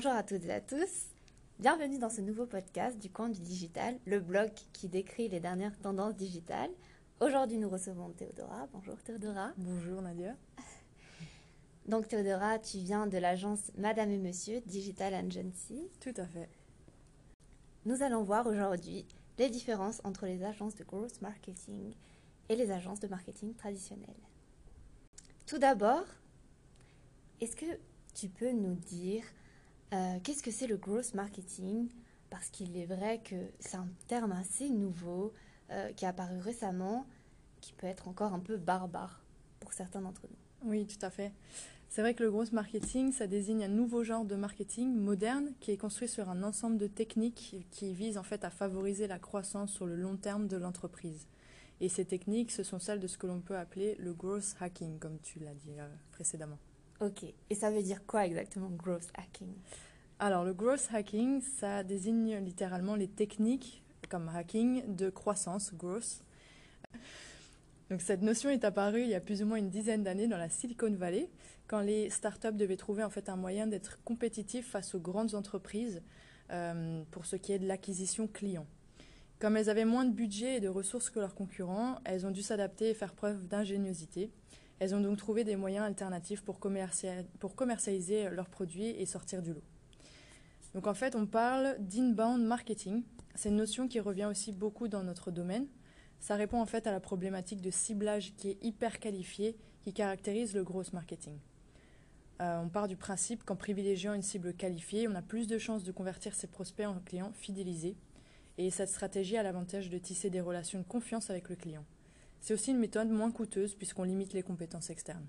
Bonjour à toutes et à tous, bienvenue dans ce nouveau podcast du Coin du Digital, le blog qui décrit les dernières tendances digitales. Aujourd'hui nous recevons Théodora. Bonjour Théodora. Bonjour Nadia. Donc Théodora, tu viens de l'agence Madame et Monsieur Digital Agency. Tout à fait. Nous allons voir aujourd'hui les différences entre les agences de growth marketing et les agences de marketing traditionnelles. Tout d'abord, est-ce que tu peux nous dire qu'est-ce que c'est le growth marketing? Parce qu'il est vrai que c'est un terme assez nouveau qui est apparu récemment, qui peut être encore un peu barbare pour certains d'entre nous. Oui, tout à fait. C'est vrai que le growth marketing, ça désigne un nouveau genre de marketing moderne qui est construit sur un ensemble de techniques qui visent en fait à favoriser la croissance sur le long terme de l'entreprise. Et ces techniques, ce sont celles de ce que l'on peut appeler le growth hacking, comme tu l'as dit précédemment. Ok, et ça veut dire quoi exactement growth hacking? Alors, le growth hacking, ça désigne littéralement les techniques comme hacking de croissance, growth. Donc, cette notion est apparue il y a plus ou moins une dizaine d'années dans la Silicon Valley, quand les startups devaient trouver en fait un moyen d'être compétitifs face aux grandes entreprises pour ce qui est de l'acquisition client. Comme elles avaient moins de budget et de ressources que leurs concurrents, elles ont dû s'adapter et faire preuve d'ingéniosité. Elles ont donc trouvé des moyens alternatifs pour commercialiser leurs produits et sortir du lot. Donc en fait, on parle d'inbound marketing. C'est une notion qui revient aussi beaucoup dans notre domaine. Ça répond en fait à la problématique de ciblage qui est hyper qualifiée, qui caractérise le growth marketing. On part du principe qu'en privilégiant une cible qualifiée, on a plus de chances de convertir ses prospects en clients fidélisés. Et cette stratégie a l'avantage de tisser des relations de confiance avec le client. C'est aussi une méthode moins coûteuse puisqu'on limite les compétences externes.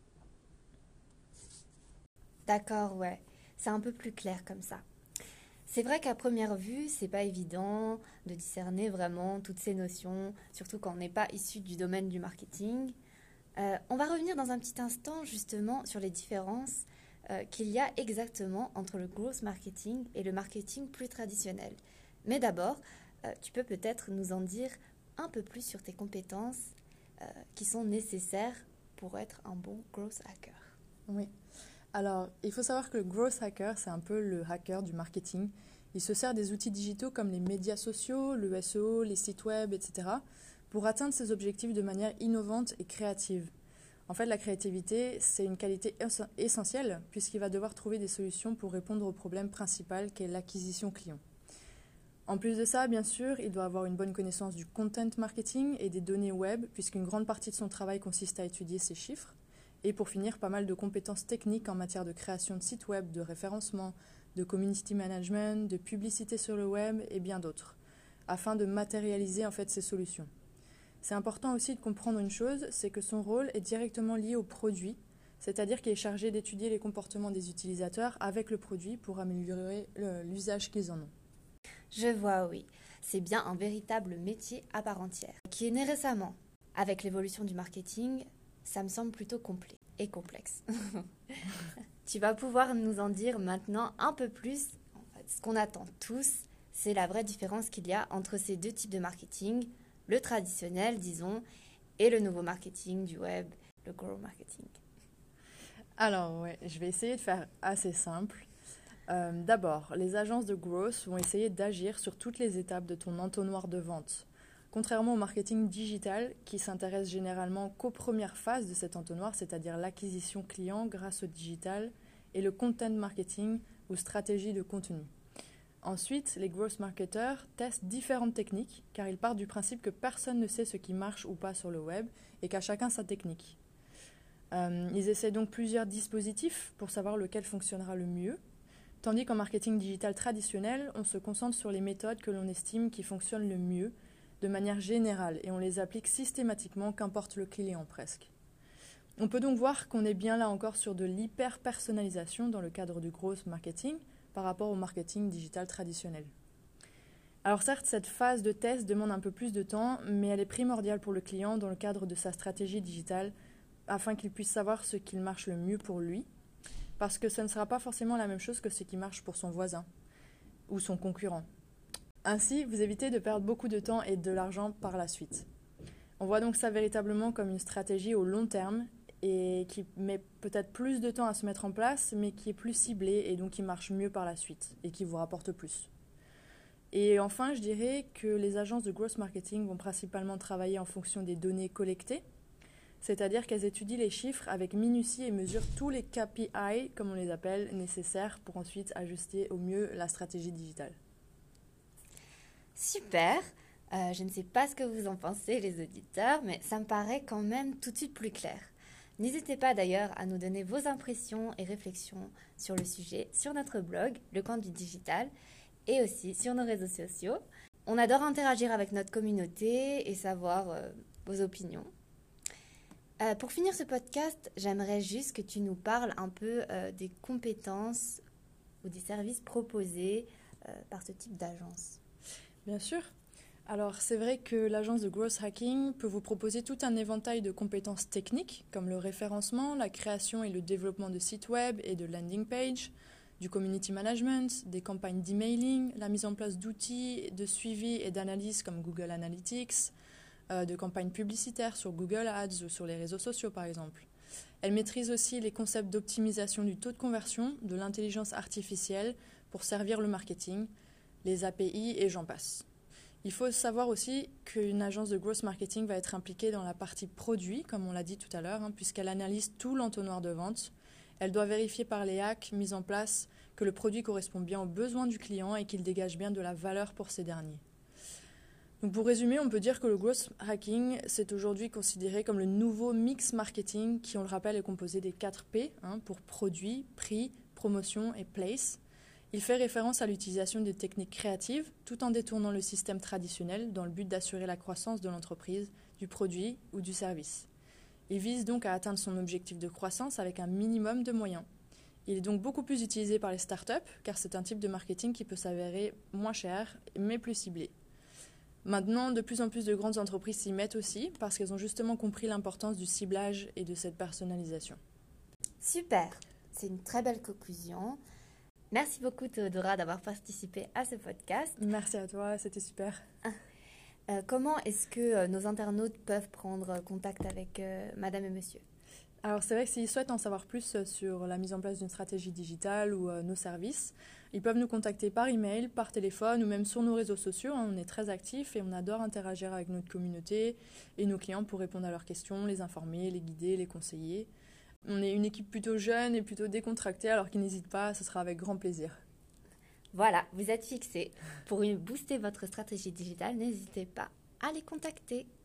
D'accord, ouais. C'est un peu plus clair comme ça. C'est vrai qu'à première vue, c'est pas évident de discerner vraiment toutes ces notions, surtout quand on n'est pas issu du domaine du marketing. On va revenir dans un petit instant justement sur les différences qu'il y a exactement entre le growth marketing et le marketing plus traditionnel. Mais d'abord, tu peux peut-être nous en dire un peu plus sur tes compétences qui sont nécessaires pour être un bon growth hacker. Oui. Alors, il faut savoir que le growth hacker, c'est un peu le hacker du marketing. Il se sert des outils digitaux comme les médias sociaux, le SEO, les sites web, etc. pour atteindre ses objectifs de manière innovante et créative. En fait, la créativité, c'est une qualité essentielle puisqu'il va devoir trouver des solutions pour répondre au problème principal qu'est l'acquisition client. En plus de ça, bien sûr, il doit avoir une bonne connaissance du content marketing et des données web puisqu'une grande partie de son travail consiste à étudier ces chiffres. Et pour finir, pas mal de compétences techniques en matière de création de sites web, de référencement, de community management, de publicité sur le web et bien d'autres, afin de matérialiser en fait ces solutions. C'est important aussi de comprendre une chose, c'est que son rôle est directement lié au produit, c'est-à-dire qu'il est chargé d'étudier les comportements des utilisateurs avec le produit pour améliorer l'usage qu'ils en ont. Je vois, oui. C'est bien un véritable métier à part entière, qui est né récemment. Avec l'évolution du marketing, ça me semble plutôt complet et complexe. Tu vas pouvoir nous en dire maintenant un peu plus. En fait, ce qu'on attend tous, c'est la vraie différence qu'il y a entre ces deux types de marketing, le traditionnel, disons, et le nouveau marketing du web, le growth marketing. Alors, ouais, je vais essayer de faire assez simple. D'abord, les agences de growth vont essayer d'agir sur toutes les étapes de ton entonnoir de vente. Contrairement au marketing digital, qui s'intéresse généralement qu'aux premières phases de cet entonnoir, c'est-à-dire l'acquisition client grâce au digital, et le content marketing ou stratégie de contenu. Ensuite, les growth marketers testent différentes techniques, car ils partent du principe que personne ne sait ce qui marche ou pas sur le web, et qu'à chacun sa technique. Ils essaient donc plusieurs dispositifs pour savoir lequel fonctionnera le mieux, tandis qu'en marketing digital traditionnel, on se concentre sur les méthodes que l'on estime qui fonctionnent le mieux, de manière générale, et on les applique systématiquement, qu'importe le client presque. On peut donc voir qu'on est bien là encore sur de l'hyper-personnalisation dans le cadre du growth marketing par rapport au marketing digital traditionnel. Alors certes, cette phase de test demande un peu plus de temps, mais elle est primordiale pour le client dans le cadre de sa stratégie digitale afin qu'il puisse savoir ce qui marche le mieux pour lui, parce que ce ne sera pas forcément la même chose que ce qui marche pour son voisin ou son concurrent. Ainsi, vous évitez de perdre beaucoup de temps et de l'argent par la suite. On voit donc ça véritablement comme une stratégie au long terme et qui met peut-être plus de temps à se mettre en place, mais qui est plus ciblé et donc qui marche mieux par la suite et qui vous rapporte plus. Et enfin, je dirais que les agences de growth marketing vont principalement travailler en fonction des données collectées, c'est-à-dire qu'elles étudient les chiffres avec minutie et mesurent tous les KPI, comme on les appelle, nécessaires pour ensuite ajuster au mieux la stratégie digitale. Super. Je ne sais pas ce que vous en pensez, les auditeurs, mais ça me paraît quand même tout de suite plus clair. N'hésitez pas d'ailleurs à nous donner vos impressions et réflexions sur le sujet sur notre blog, Le Camp du Digital, et aussi sur nos réseaux sociaux. On adore interagir avec notre communauté et savoir vos opinions. Pour finir ce podcast, j'aimerais juste que tu nous parles un peu des compétences ou des services proposés par ce type d'agence. Bien sûr. Alors, c'est vrai que l'agence de growth hacking peut vous proposer tout un éventail de compétences techniques, comme le référencement, la création et le développement de sites web et de landing page, du community management, des campagnes d'emailing, la mise en place d'outils de suivi et d'analyse comme Google Analytics, de campagnes publicitaires sur Google Ads ou sur les réseaux sociaux par exemple. Elle maîtrise aussi les concepts d'optimisation du taux de conversion, de l'intelligence artificielle pour servir le marketing, les API et j'en passe. Il faut savoir aussi qu'une agence de growth marketing va être impliquée dans la partie produit, comme on l'a dit tout à l'heure, puisqu'elle analyse tout l'entonnoir de vente. Elle doit vérifier par les hacks mis en place que le produit correspond bien aux besoins du client et qu'il dégage bien de la valeur pour ces derniers. Donc pour résumer, on peut dire que le growth hacking, c'est aujourd'hui considéré comme le nouveau mix marketing qui, on le rappelle, est composé des 4 P, pour produit, prix, promotion et place. Il fait référence à l'utilisation des techniques créatives tout en détournant le système traditionnel dans le but d'assurer la croissance de l'entreprise, du produit ou du service. Il vise donc à atteindre son objectif de croissance avec un minimum de moyens. Il est donc beaucoup plus utilisé par les startups car c'est un type de marketing qui peut s'avérer moins cher mais plus ciblé. Maintenant, de plus en plus de grandes entreprises s'y mettent aussi parce qu'elles ont justement compris l'importance du ciblage et de cette personnalisation. Super, c'est une très belle conclusion. Merci beaucoup Théodora d'avoir participé à ce podcast. Merci à toi, c'était super. Comment est-ce que nos internautes peuvent prendre contact avec Madame et Monsieur ? Alors c'est vrai que s'ils souhaitent en savoir plus sur la mise en place d'une stratégie digitale ou nos services, ils peuvent nous contacter par email, par téléphone ou même sur nos réseaux sociaux. On est très actifs et on adore interagir avec notre communauté et nos clients pour répondre à leurs questions, les informer, les guider, les conseiller. On est une équipe plutôt jeune et plutôt décontractée, alors qu'ils n'hésitent pas, ce sera avec grand plaisir. Voilà, vous êtes fixés. Pour booster votre stratégie digitale, n'hésitez pas à les contacter.